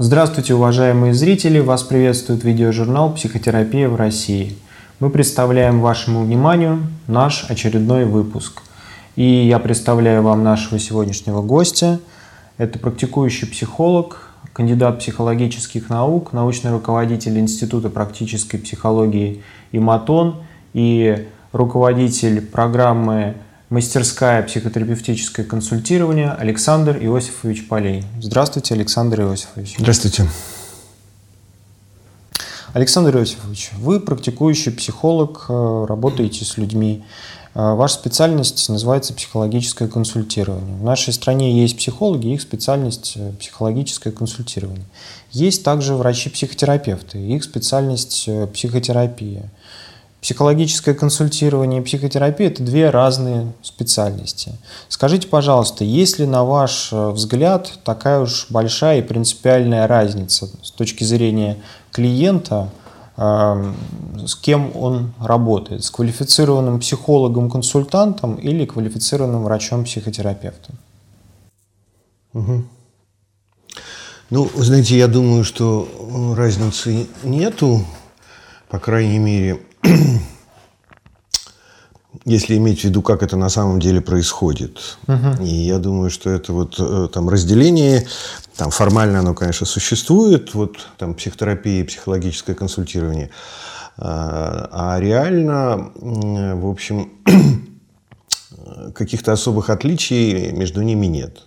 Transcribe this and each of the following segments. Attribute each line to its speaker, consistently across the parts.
Speaker 1: Здравствуйте, уважаемые зрители! Вас приветствует видеожурнал «Психотерапия в России». Мы представляем вашему вниманию наш очередной выпуск. И я представляю вам нашего сегодняшнего гостя. Это практикующий психолог, кандидат психологических наук, научный руководитель Института практической психологии «Иматон» и руководитель программы «Мастерская психотерапевтическое консультирование» Александр Иосифович Полей. Здравствуйте, Александр Иосифович.
Speaker 2: Здравствуйте.
Speaker 1: Александр Иосифович, вы практикующий психолог, работаете с людьми. Ваша специальность называется психологическое консультирование. В нашей стране есть психологи, их специальность психологическое консультирование. Есть также врачи-психотерапевты, их специальность психотерапия. Психологическое консультирование и психотерапия – это две разные специальности. Скажите, пожалуйста, есть ли, на ваш взгляд, такая уж большая и принципиальная разница с точки зрения клиента, с кем он работает, с квалифицированным психологом-консультантом или квалифицированным врачом-психотерапевтом?
Speaker 2: Угу. Ну, вы знаете, я думаю, что разницы нету, по крайней мере, если иметь в виду, как это на самом деле происходит. И я думаю, что это вот там разделение, там формально оно, конечно, существует, вот там психотерапия и психологическое консультирование, а реально, в общем, каких-то особых отличий между ними нет.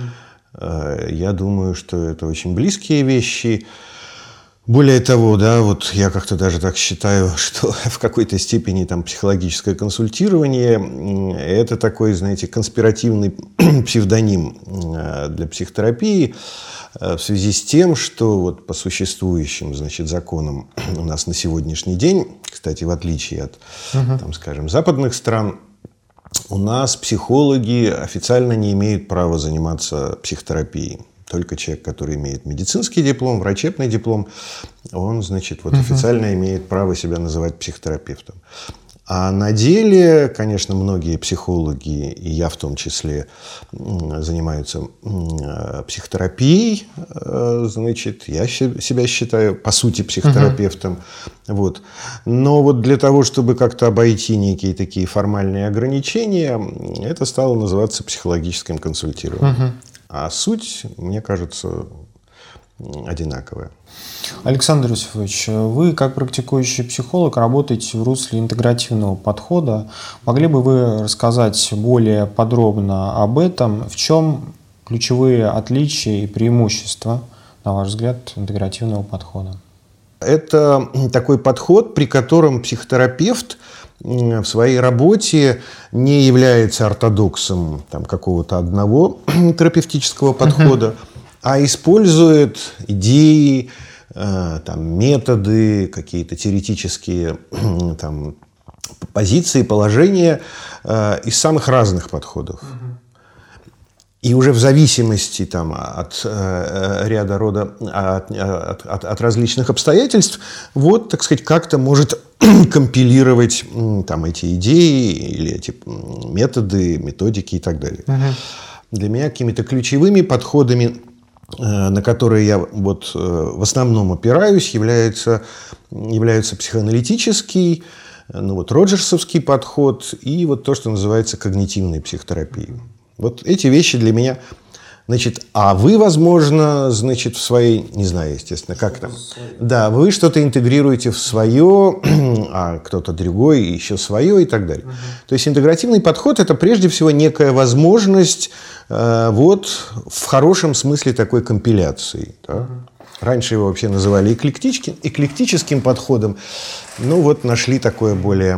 Speaker 2: Я думаю, что это очень близкие вещи. Более того, да, вот я как-то даже так считаю, что в какой-то степени там психологическое консультирование – это такой, знаете, конспиративный псевдоним для психотерапии в связи с тем, что вот по существующим, значит, законам у нас на сегодняшний день, кстати, в отличие от, там, скажем, западных стран, у нас психологи официально не имеют права заниматься психотерапией. Только человек, который имеет медицинский диплом, врачебный диплом, он, значит, вот официально имеет право себя называть психотерапевтом. А на деле, конечно, многие психологи, и я в том числе, занимаются психотерапией. Значит, я себя считаю, по сути, психотерапевтом. Вот. Но вот для того, чтобы как-то обойти некие такие формальные ограничения, это стало называться психологическим консультированием. А суть, мне кажется, одинаковая.
Speaker 1: Александр Иосифович, вы, как практикующий психолог, работаете в русле интегративного подхода. Могли бы вы рассказать более подробно об этом? В чем ключевые отличия и преимущества, на ваш взгляд, интегративного подхода?
Speaker 2: Это такой подход, при котором психотерапевт в своей работе не является ортодоксом там, какого-то одного терапевтического подхода, а использует идеи, там, методы, какие-то теоретические там, позиции, положения из самых разных подходов. И уже в зависимости там, от ряда рода, от различных обстоятельств, вот, так сказать, как-то может компилировать там, эти идеи или эти методы, методики и так далее. Для меня какими-то ключевыми подходами, на которые я вот в основном опираюсь, являются психоаналитический, ну, вот, роджерсовский подход и вот то, что называется когнитивной психотерапией. Вот эти вещи для меня, значит, а вы, возможно, значит, в своей, не знаю, естественно, как там, да, вы что-то интегрируете в свое, а кто-то другой еще свое и так далее. То есть интегративный подход – это прежде всего некая возможность вот в хорошем смысле такой компиляции. Да? Раньше его вообще называли эклектическим подходом, ну вот нашли такое более...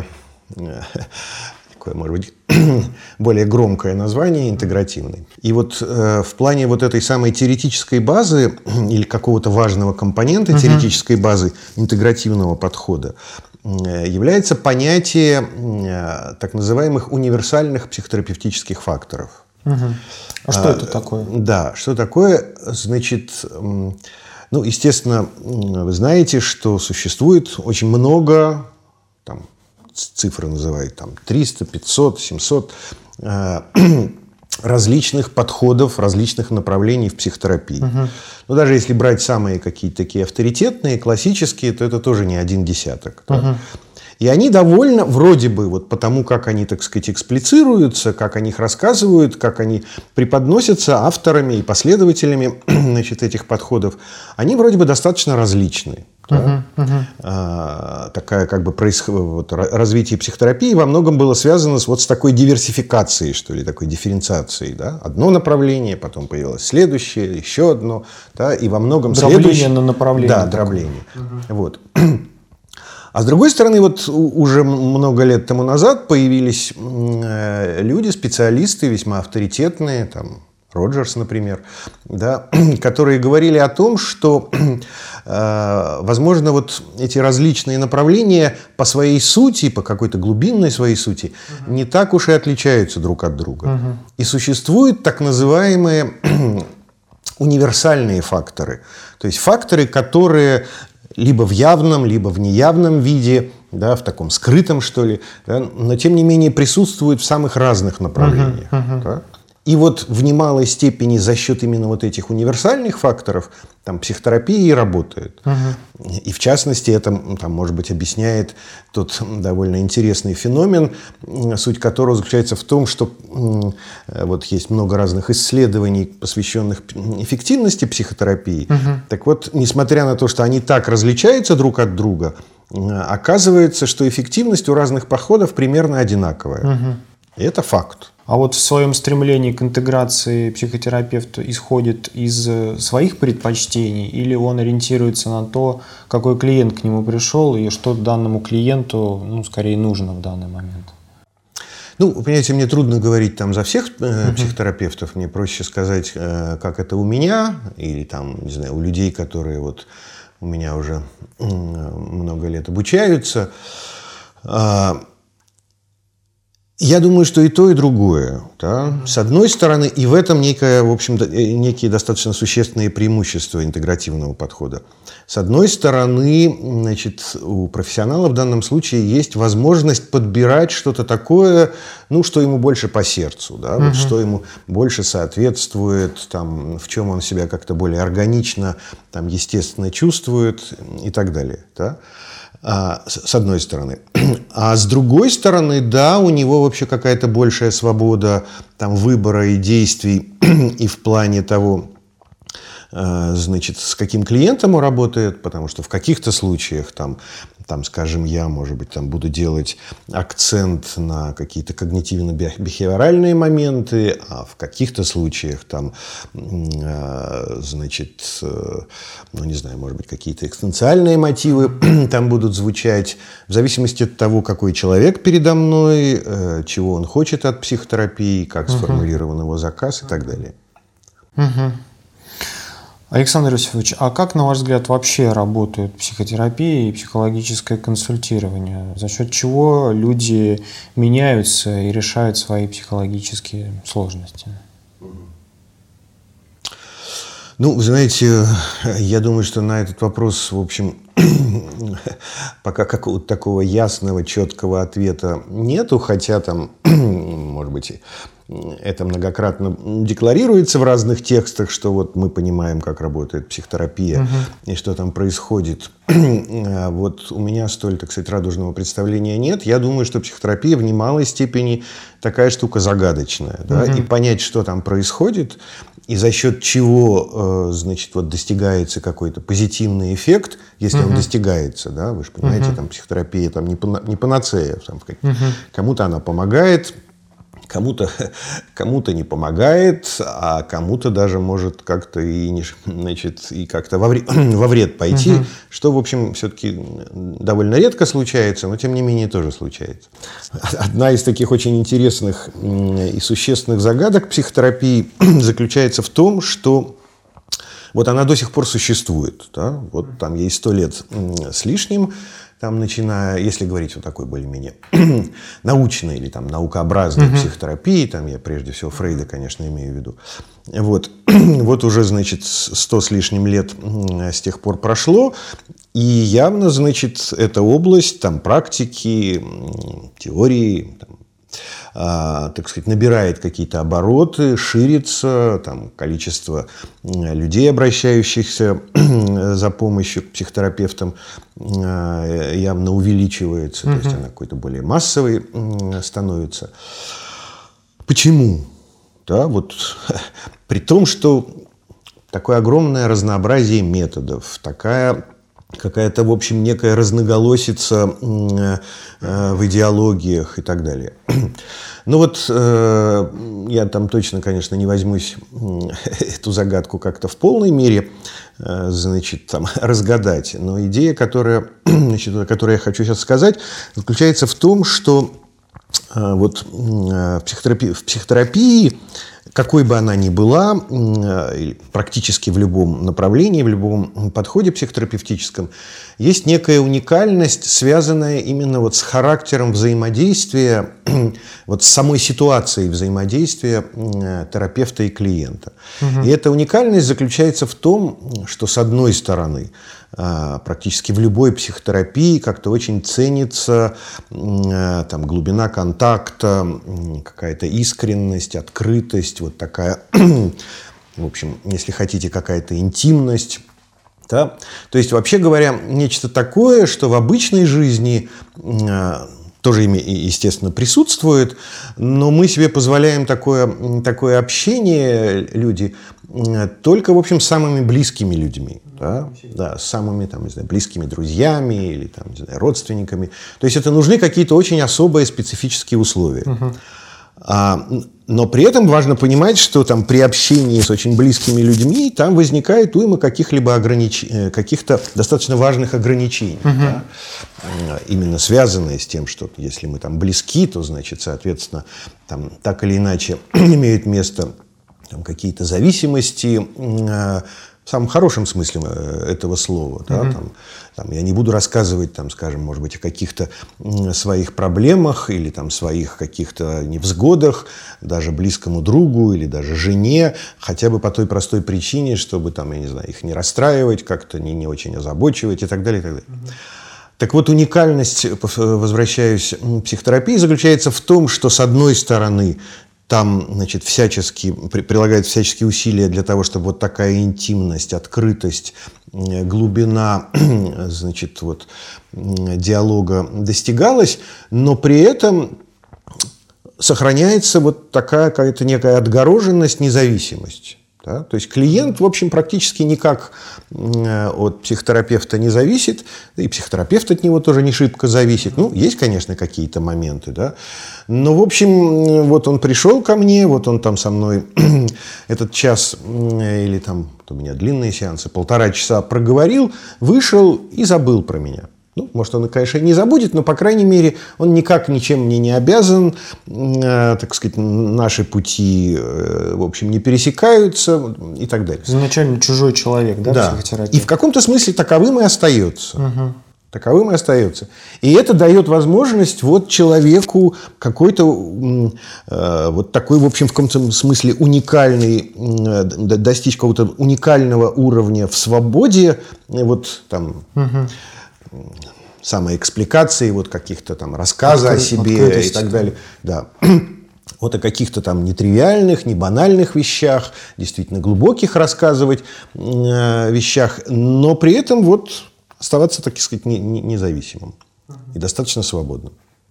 Speaker 2: может быть, более громкое название, интегративный. И вот в плане вот этой самой теоретической базы или какого-то важного компонента теоретической базы интегративного подхода является понятие так называемых универсальных психотерапевтических факторов.
Speaker 1: А что это такое?
Speaker 2: Да, что такое? Значит, ну, естественно, вы знаете, что существует очень много там, цифры называют там 300, 500, 700 различных подходов, различных направлений в психотерапии. Но даже если брать самые какие-то такие авторитетные, классические, то это тоже не один десяток. Да? И они довольно, вроде бы, вот потому как они, так сказать, эксплицируются, как о них рассказывают, как они преподносятся авторами и последователями, значит, этих подходов, они вроде бы достаточно различны. Да? Такая как бы вот, развитие психотерапии во многом было связано с такой диверсификацией, что ли, такой дифференциацией. Да? Одно направление, потом появилось следующее, еще одно, да? И во многом
Speaker 1: дробление на направление.
Speaker 2: Да, дробление. Вот. А с другой стороны, вот уже много лет тому назад появились люди, специалисты, весьма авторитетные, там, Роджерс, например, да, которые говорили о том, что, возможно, вот эти различные направления по своей сути, по какой-то глубинной своей сути, не так уж и отличаются друг от друга. И существуют так называемые универсальные факторы. То есть факторы, которые либо в явном, либо в неявном виде, да, в таком скрытом, что ли, да, но тем не менее присутствуют в самых разных направлениях. Да. И вот в немалой степени за счет именно вот этих универсальных факторов там психотерапия и работает. И в частности это, там, может быть, объясняет тот довольно интересный феномен, суть которого заключается в том, что вот есть много разных исследований, посвященных эффективности психотерапии. Так вот, несмотря на то, что они так различаются друг от друга, оказывается, что эффективность у разных подходов примерно одинаковая. И это факт.
Speaker 1: А вот в своем стремлении к интеграции психотерапевт исходит из своих предпочтений или он ориентируется на то, какой клиент к нему пришел и что данному клиенту, ну, скорее нужно в данный момент?
Speaker 2: Ну, понимаете, мне трудно говорить там за всех психотерапевтов. Мне проще сказать, как это у меня или там, не знаю, у людей, которые вот у меня уже много лет обучаются. Я думаю, что и то, и другое. Да? С одной стороны, и в этом некое, в общем, некие достаточно существенные преимущества интегративного подхода. С одной стороны, значит, у профессионала в данном случае есть возможность подбирать что-то такое, ну, что ему больше по сердцу, да? Вот, что ему больше соответствует, там, в чем он себя как-то более органично, там, естественно чувствует и так далее. Да? С одной стороны. А с другой стороны, да, у него вообще какая-то большая свобода там, выбора и действий и в плане того, значит, с каким клиентом он работает, потому что в каких-то случаях, там, скажем, я, может быть, там, буду делать акцент на какие-то когнитивно-бихевиоральные моменты, а в каких-то случаях, там, значит, ну, не знаю, может быть, какие-то экзистенциальные мотивы там будут звучать, в зависимости от того, какой человек передо мной, чего он хочет от психотерапии, как сформулирован его заказ и так далее.
Speaker 1: Александр Иосифович, а как, на ваш взгляд, вообще работают психотерапия и психологическое консультирование? За счет чего люди меняются и решают свои психологические сложности?
Speaker 2: Ну, вы знаете, я думаю, что на этот вопрос, в общем, пока какого-то такого ясного, четкого ответа нету, хотя там, может быть, это многократно декларируется в разных текстах, что вот мы понимаем, как работает психотерапия и что там происходит. Вот у меня столь, так сказать, радужного представления нет. Я думаю, что психотерапия в немалой степени такая штука загадочная. Да? И понять, что там происходит, и за счет чего, значит, вот достигается какой-то позитивный эффект, если он достигается, да, вы же понимаете, там психотерапия там, не панацея, там, кому-то она помогает, кому-то не помогает, а кому-то даже может как-то и, значит, и как-то во вред пойти, что, в общем, все-таки довольно редко случается, но тем не менее тоже случается. Одна из таких очень интересных и существенных загадок психотерапии заключается в том, что вот она до сих пор существует. Да? Вот там ей 100 лет с лишним, там, начиная, если говорить о такой более-менее научной или там, наукообразной психотерапии, там я прежде всего Фрейда, конечно, имею в виду, вот уже, значит, 100 с лишним лет с тех пор прошло, и явно, значит, эта область там, практики, теории, там, так сказать, набирает какие-то обороты, ширится, там, количество людей, обращающихся за помощью к психотерапевтам, явно увеличивается, то есть она какой-то более массовой становится. Почему? Да, вот, при том, что такое огромное разнообразие методов, такая какая-то, в общем, некая разноголосица в идеологиях и так далее. Ну вот я там точно, конечно, не возьмусь эту загадку как-то в полной мере, значит, там, разгадать. Но идея, значит, о которой я хочу сейчас сказать, заключается в том, что вот в психотерапии, какой бы она ни была, практически в любом направлении, в любом подходе психотерапевтическом, есть некая уникальность, связанная именно вот с характером взаимодействия, вот с самой ситуацией взаимодействия терапевта и клиента. И эта уникальность заключается в том, что, с одной стороны, практически в любой психотерапии как-то очень ценится там, глубина контакта, какая-то искренность, открытость, вот такая, в общем, если хотите, какая-то интимность. Да? То есть, вообще говоря, нечто такое, что в обычной жизни тоже, естественно, присутствует, но мы себе позволяем такое общение, люди, только, в общем, с самыми близкими людьми. Да? Да, с самыми там, не знаю, близкими друзьями или там, не знаю, родственниками. То есть это нужны какие-то очень особые специфические условия. Но при этом важно понимать, что там, при общении с очень близкими людьми там возникает уйма каких-то достаточно важных ограничений. Да? Именно связанные с тем, что если мы там близки, то, значит, соответственно, там, так или иначе имеют место там, какие-то зависимости, в самом хорошем смысле этого слова. Да? Там, я не буду рассказывать, там, скажем, может быть, о каких-то своих проблемах или там, своих каких-то невзгодах даже близкому другу или даже жене, хотя бы по той простой причине, чтобы там, я не знаю, их не расстраивать, как-то не очень озабочивать и так далее, и так далее. Так вот, уникальность, возвращаюсь к психотерапии, заключается в том, что, с одной стороны, там, значит, прилагают всяческие усилия для того, чтобы вот такая интимность, открытость, глубина, значит, вот, диалога достигалась, но при этом сохраняется вот такая какая-то некая отгороженность, независимость. Да? То есть клиент, в общем, практически никак от психотерапевта не зависит, и психотерапевт от него тоже не шибко зависит. Ну, есть, конечно, какие-то моменты, да. Но, в общем, вот он пришел ко мне, вот он там со мной этот час, или там у меня длинные сеансы, 1,5 часа проговорил, вышел и забыл про меня. Ну, может, он, конечно, и не забудет, но, по крайней мере, он никак ничем мне не обязан, так сказать, наши пути, в общем, не пересекаются и так далее.
Speaker 1: Изначально чужой человек, да,
Speaker 2: да.
Speaker 1: Психотерапия?
Speaker 2: И в каком-то смысле таковым и остается. Таковым и остается. И это дает возможность вот человеку какой-то вот такой, в общем, в каком-то смысле уникальный, достичь какого-то уникального уровня в свободе, вот там... самоэкспликации, вот каких-то там рассказа о себе и так далее. Да. Вот о каких-то там нетривиальных, не банальных вещах, действительно глубоких рассказывать вещах, но при этом вот оставаться, так сказать, независимым и достаточно свободным.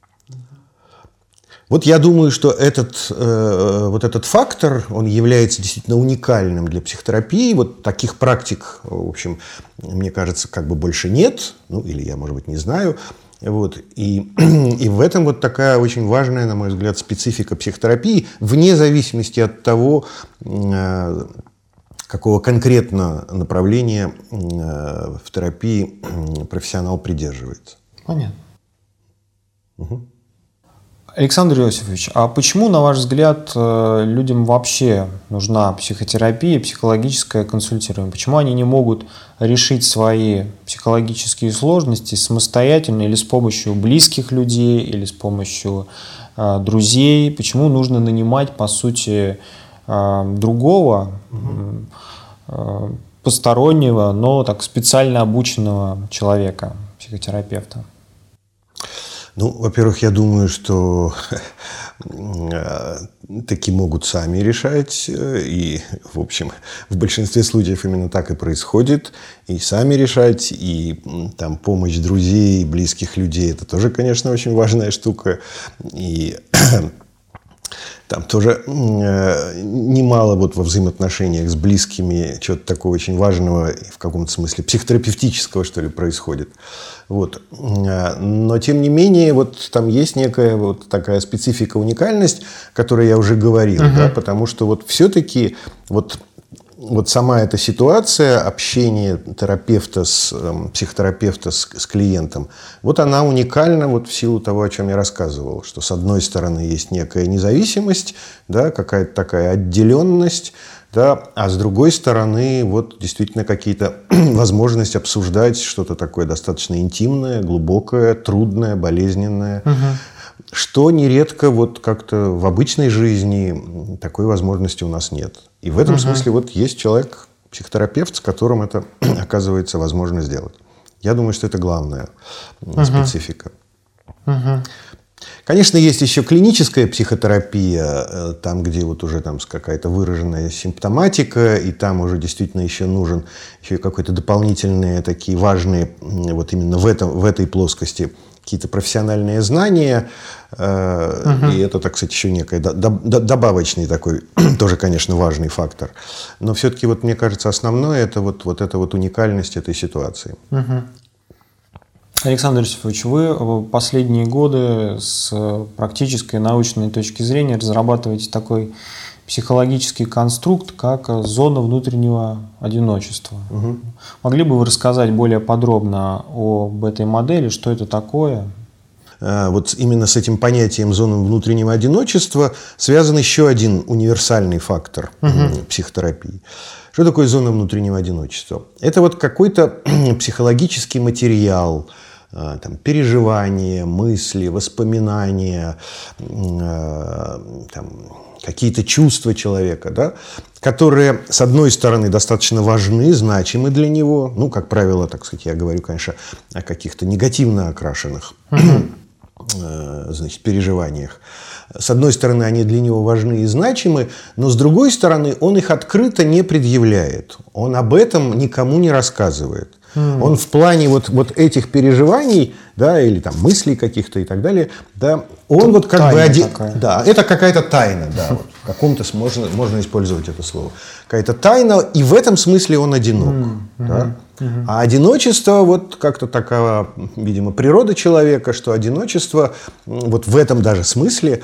Speaker 2: Вот я думаю, что вот этот фактор, он является действительно уникальным для психотерапии. Вот таких практик, в общем, мне кажется, как бы больше нет. Ну, или я, может быть, не знаю. Вот. И в этом вот такая очень важная, на мой взгляд, специфика психотерапии, вне зависимости от того, какого конкретно направления в терапии профессионал придерживается.
Speaker 1: Понятно. Александр Иосифович, а почему, на ваш взгляд, людям вообще нужна психотерапия, психологическое консультирование? Почему они не могут решить свои психологические сложности самостоятельно или с помощью близких людей, или с помощью друзей? Почему нужно нанимать, по сути, другого, постороннего, но так специально обученного человека, психотерапевта?
Speaker 2: Ну, во-первых, я думаю, что таки могут сами решать. И, в общем, в большинстве случаев именно так и происходит. И сами решать, и там помощь друзей, близких людей – это тоже, конечно, очень важная штука. И там тоже немало вот во взаимоотношениях с близкими чего-то такого очень важного, в каком-то смысле психотерапевтического, что ли, происходит. Вот. Но, тем не менее, вот там есть некая вот такая специфика, уникальность, о которой я уже говорил, да, потому что вот все-таки вот сама эта ситуация, общение терапевта психотерапевта с клиентом, вот она уникальна вот в силу того, о чем я рассказывал, что с одной стороны есть некая независимость, да, какая-то такая отделенность, да, а с другой стороны вот действительно какие-то возможности обсуждать что-то такое достаточно интимное, глубокое, трудное, болезненное. Что нередко вот как-то в обычной жизни такой возможности у нас нет. И в этом смысле вот есть человек, психотерапевт, с которым это, оказывается, возможно сделать. Я думаю, что это главная специфика. Конечно, есть еще клиническая психотерапия, там, где вот уже там какая-то выраженная симптоматика, и там уже действительно еще нужен еще какой-то дополнительные такие важные вот именно в этой плоскости какие-то профессиональные знания. И это, так сказать, еще некий добавочный такой, тоже, конечно, важный фактор. Но все-таки, вот, мне кажется, основное это вот эта вот уникальность этой ситуации.
Speaker 1: Александр Иосифович, вы последние годы с практической научной точки зрения разрабатываете такой психологический конструкт, как зона внутреннего одиночества. Могли бы вы рассказать более подробно об этой модели, что это такое?
Speaker 2: Вот именно с этим понятием зоны внутреннего одиночества связан еще один универсальный фактор психотерапии. Что такое зона внутреннего одиночества? Это вот какой-то психологический материал, там, переживания, мысли, воспоминания, там, какие-то чувства человека, да, которые, с одной стороны, достаточно важны, значимы для него. Ну, как правило, так сказать, я говорю, конечно, о каких-то негативно окрашенных значит, переживаниях. С одной стороны, они для него важны и значимы, но с другой стороны, он их открыто не предъявляет. Он об этом никому не рассказывает. Он в плане вот этих переживаний, да, или там мыслей каких-то и так далее, да, он вот как бы один, да, это какая-то тайна, да, вот, в каком-то можно использовать это слово, какая-то тайна, и в этом смысле он одинок, да. А одиночество, вот как-то такова, видимо, природа человека, что одиночество вот в этом даже смысле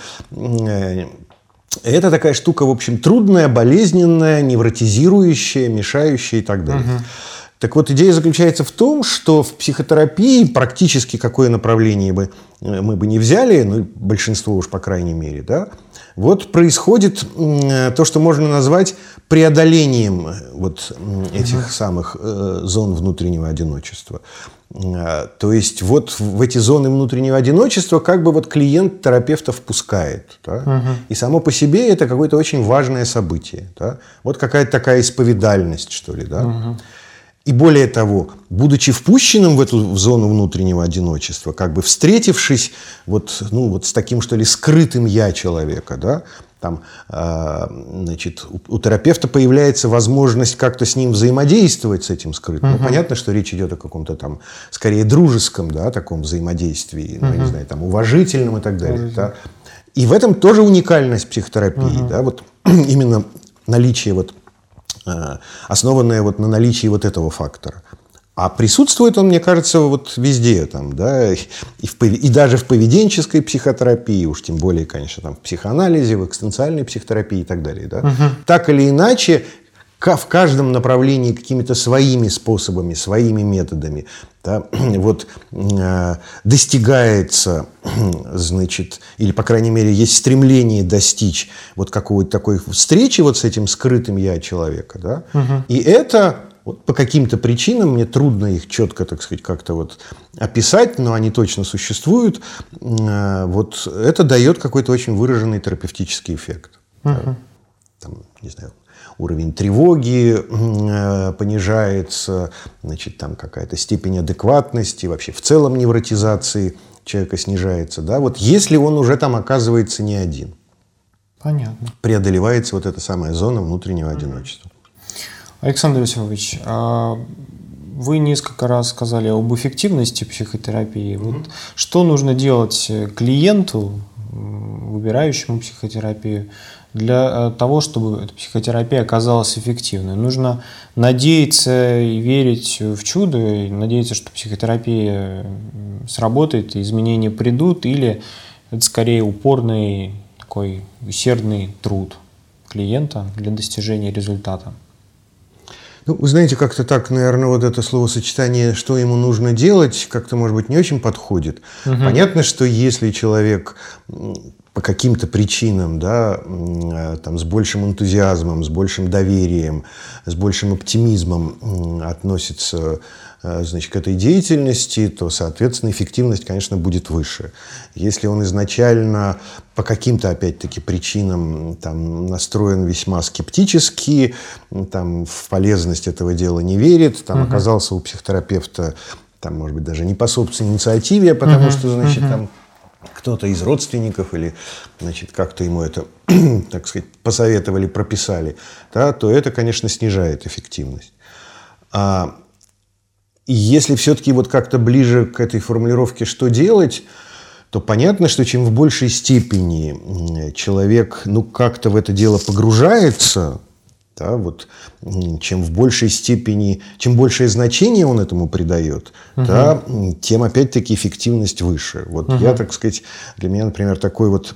Speaker 2: это такая штука, в общем, трудная, болезненная, невротизирующая, мешающая и так далее. Так вот, идея заключается в том, что в психотерапии практически какое направление бы мы бы не взяли, ну, большинство уж по крайней мере, да, вот происходит то, что можно назвать преодолением вот этих самых зон внутреннего одиночества. То есть вот в эти зоны внутреннего одиночества как бы вот клиент терапевта впускает. Да? И само по себе это какое-то очень важное событие. Да? Вот какая-то такая исповедальность, что ли, да? И более того, будучи впущенным в эту зону внутреннего одиночества, как бы встретившись вот, ну, вот с таким, что ли, скрытым «я» человека, да, там, значит, у терапевта появляется возможность как-то с ним взаимодействовать, с этим скрытым. Ну, понятно, что речь идет о каком-то там, скорее, дружеском, да, таком взаимодействии, ну, не знаю, там, уважительном и так далее. Да. И в этом тоже уникальность психотерапии, да, вот именно наличие вот основанная вот на наличии вот этого фактора. А присутствует он, мне кажется, вот везде, там, да, и даже в поведенческой психотерапии, уж тем более, конечно, там, в психоанализе, в экзистенциальной психотерапии и так далее. Да. Так или иначе, в каждом направлении какими-то своими способами, своими методами, да, вот, достигается, значит, или, по крайней мере, есть стремление достичь вот какой-то такой встречи вот с этим скрытым «я» человека. Да? И это вот по каким-то причинам, мне трудно их четко, так сказать, как-то вот описать, но они точно существуют, вот это дает какой-то очень выраженный терапевтический эффект. Да? Там, не знаю, уровень тревоги понижается, значит, там какая-то степень адекватности, вообще в целом невротизации человека снижается, да, вот если он уже там оказывается не один.
Speaker 1: Понятно.
Speaker 2: Преодолевается вот эта самая зона внутреннего одиночества.
Speaker 1: Александр Иосифович, вы несколько раз сказали об эффективности психотерапии. Вот что нужно делать клиенту, выбирающему психотерапию, для того, чтобы эта психотерапия оказалась эффективной? Нужно надеяться и верить в чудо, и надеяться, что психотерапия сработает, и изменения придут, или это скорее упорный, такой усердный труд клиента для достижения результата?
Speaker 2: Ну, вы знаете, как-то так, наверное, вот это словосочетание, что ему нужно делать, как-то, может быть, не очень подходит. Понятно, что если человек по каким-то причинам, да, там, с большим энтузиазмом, с большим доверием, с большим оптимизмом относится, значит, к этой деятельности, то, соответственно, эффективность, конечно, будет выше. Если он изначально по каким-то, опять-таки, причинам там, настроен весьма скептически, там, в полезность этого дела не верит, там, оказался у психотерапевта, там, может быть, даже не по собственной инициативе, а потому что, значит, там кто-то из родственников или, значит, как-то ему это, так сказать, посоветовали, прописали, да, то это, конечно, снижает эффективность. И если все-таки вот как-то ближе к этой формулировке «что делать», то понятно, что чем в большей степени человек, ну, как-то в это дело погружается, да, вот, чем в большей степени, чем большее значение он этому придает, да, тем, опять-таки, эффективность выше. Вот я, так сказать, для меня, например, такой вот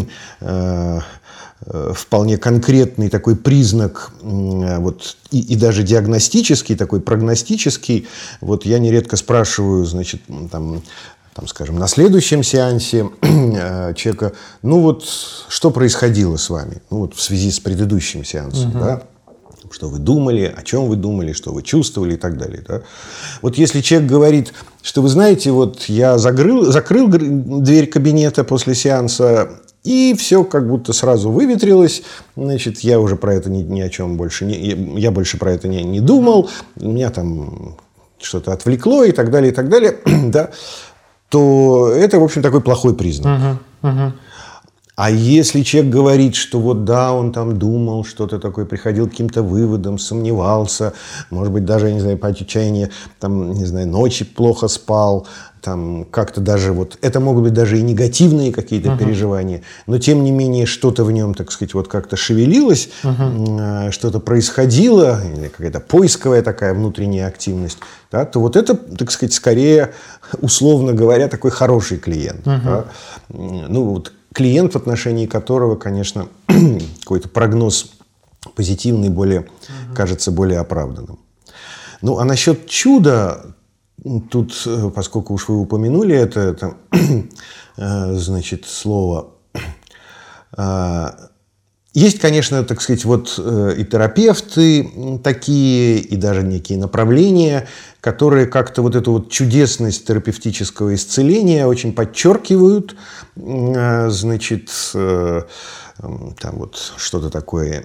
Speaker 2: вполне конкретный такой признак, вот, и даже диагностический, такой прогностический, вот я нередко спрашиваю, значит, там, скажем, на следующем сеансе человека, ну вот, что происходило с вами, ну вот в связи с предыдущим сеансом, да, что вы думали, о чем вы думали, что вы чувствовали и так далее. Да? Вот если человек говорит, что вы знаете, вот я закрыл дверь кабинета после сеанса, и все как будто сразу выветрилось, значит, я уже про это ни о чем больше я больше про это не думал, меня там что-то отвлекло и так далее, да, то это, в общем, такой плохой признак. А если человек говорит, что вот да, он там думал, что-то такое, приходил к каким-то выводам, сомневался, может быть, даже, я не знаю, по отчаянию, там, не знаю, ночи плохо спал, там, как-то даже вот, это могут быть даже и негативные какие-то переживания, но тем не менее что-то в нем, так сказать, вот как-то шевелилось, что-то происходило, или какая-то поисковая такая внутренняя активность, да, то вот это, так сказать, скорее, условно говоря, такой хороший клиент. Да? Ну, вот клиент, в отношении которого, конечно, какой-то прогноз позитивный более, кажется более оправданным. Ну, а насчет чуда, тут, поскольку уж вы упомянули это значит, слово, есть, конечно, так сказать, вот и терапевты такие, и даже некие направления, которые как-то вот эту вот чудесность терапевтического исцеления очень подчеркивают, значит, там вот что-то такое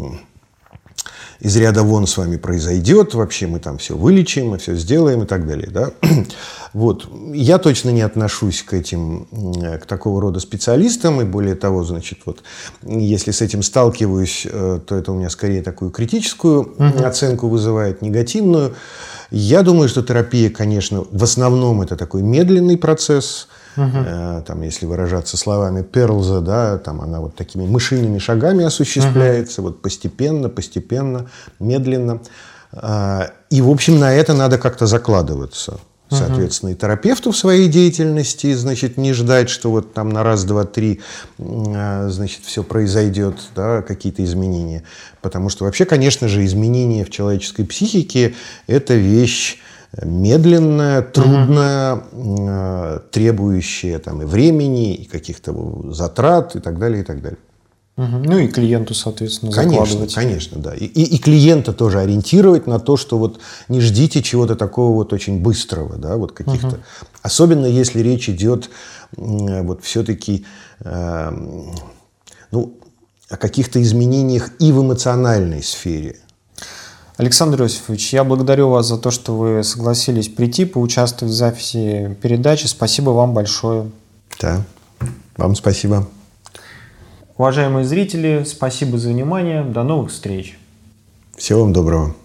Speaker 2: из ряда вон с вами произойдет, вообще мы там все вылечим, мы все сделаем и так далее. Да? Вот. Я точно не отношусь к такого рода специалистам, и более того, значит, вот, если с этим сталкиваюсь, то это у меня скорее такую критическую оценку вызывает, негативную. Я думаю, что терапия, конечно, в основном это такой медленный процесс. Там, если выражаться словами Перлза, да, там она вот такими мышиными шагами осуществляется, вот постепенно, медленно. И, в общем, на это надо как-то закладываться. Соответственно, и терапевту в своей деятельности, значит, не ждать, что вот там на раз, два, три, значит, все произойдет, да, какие-то изменения. Потому что вообще, конечно же, изменения в человеческой психике – это вещь медленная, трудная, требующая там, и времени, и каких-то затрат, и так далее, и так далее.
Speaker 1: Ну и клиенту, соответственно, закладывать.
Speaker 2: Конечно, да. И клиента тоже ориентировать на то, что вот не ждите чего-то такого вот очень быстрого, да, вот каких-то. Особенно если речь идет вот все-таки ну, о каких-то изменениях и в эмоциональной сфере.
Speaker 1: Александр Иосифович, я благодарю вас за то, что вы согласились прийти, поучаствовать в записи передачи. Спасибо вам большое.
Speaker 2: Да, вам спасибо.
Speaker 1: Уважаемые зрители, спасибо за внимание. До новых встреч.
Speaker 2: Всего вам доброго.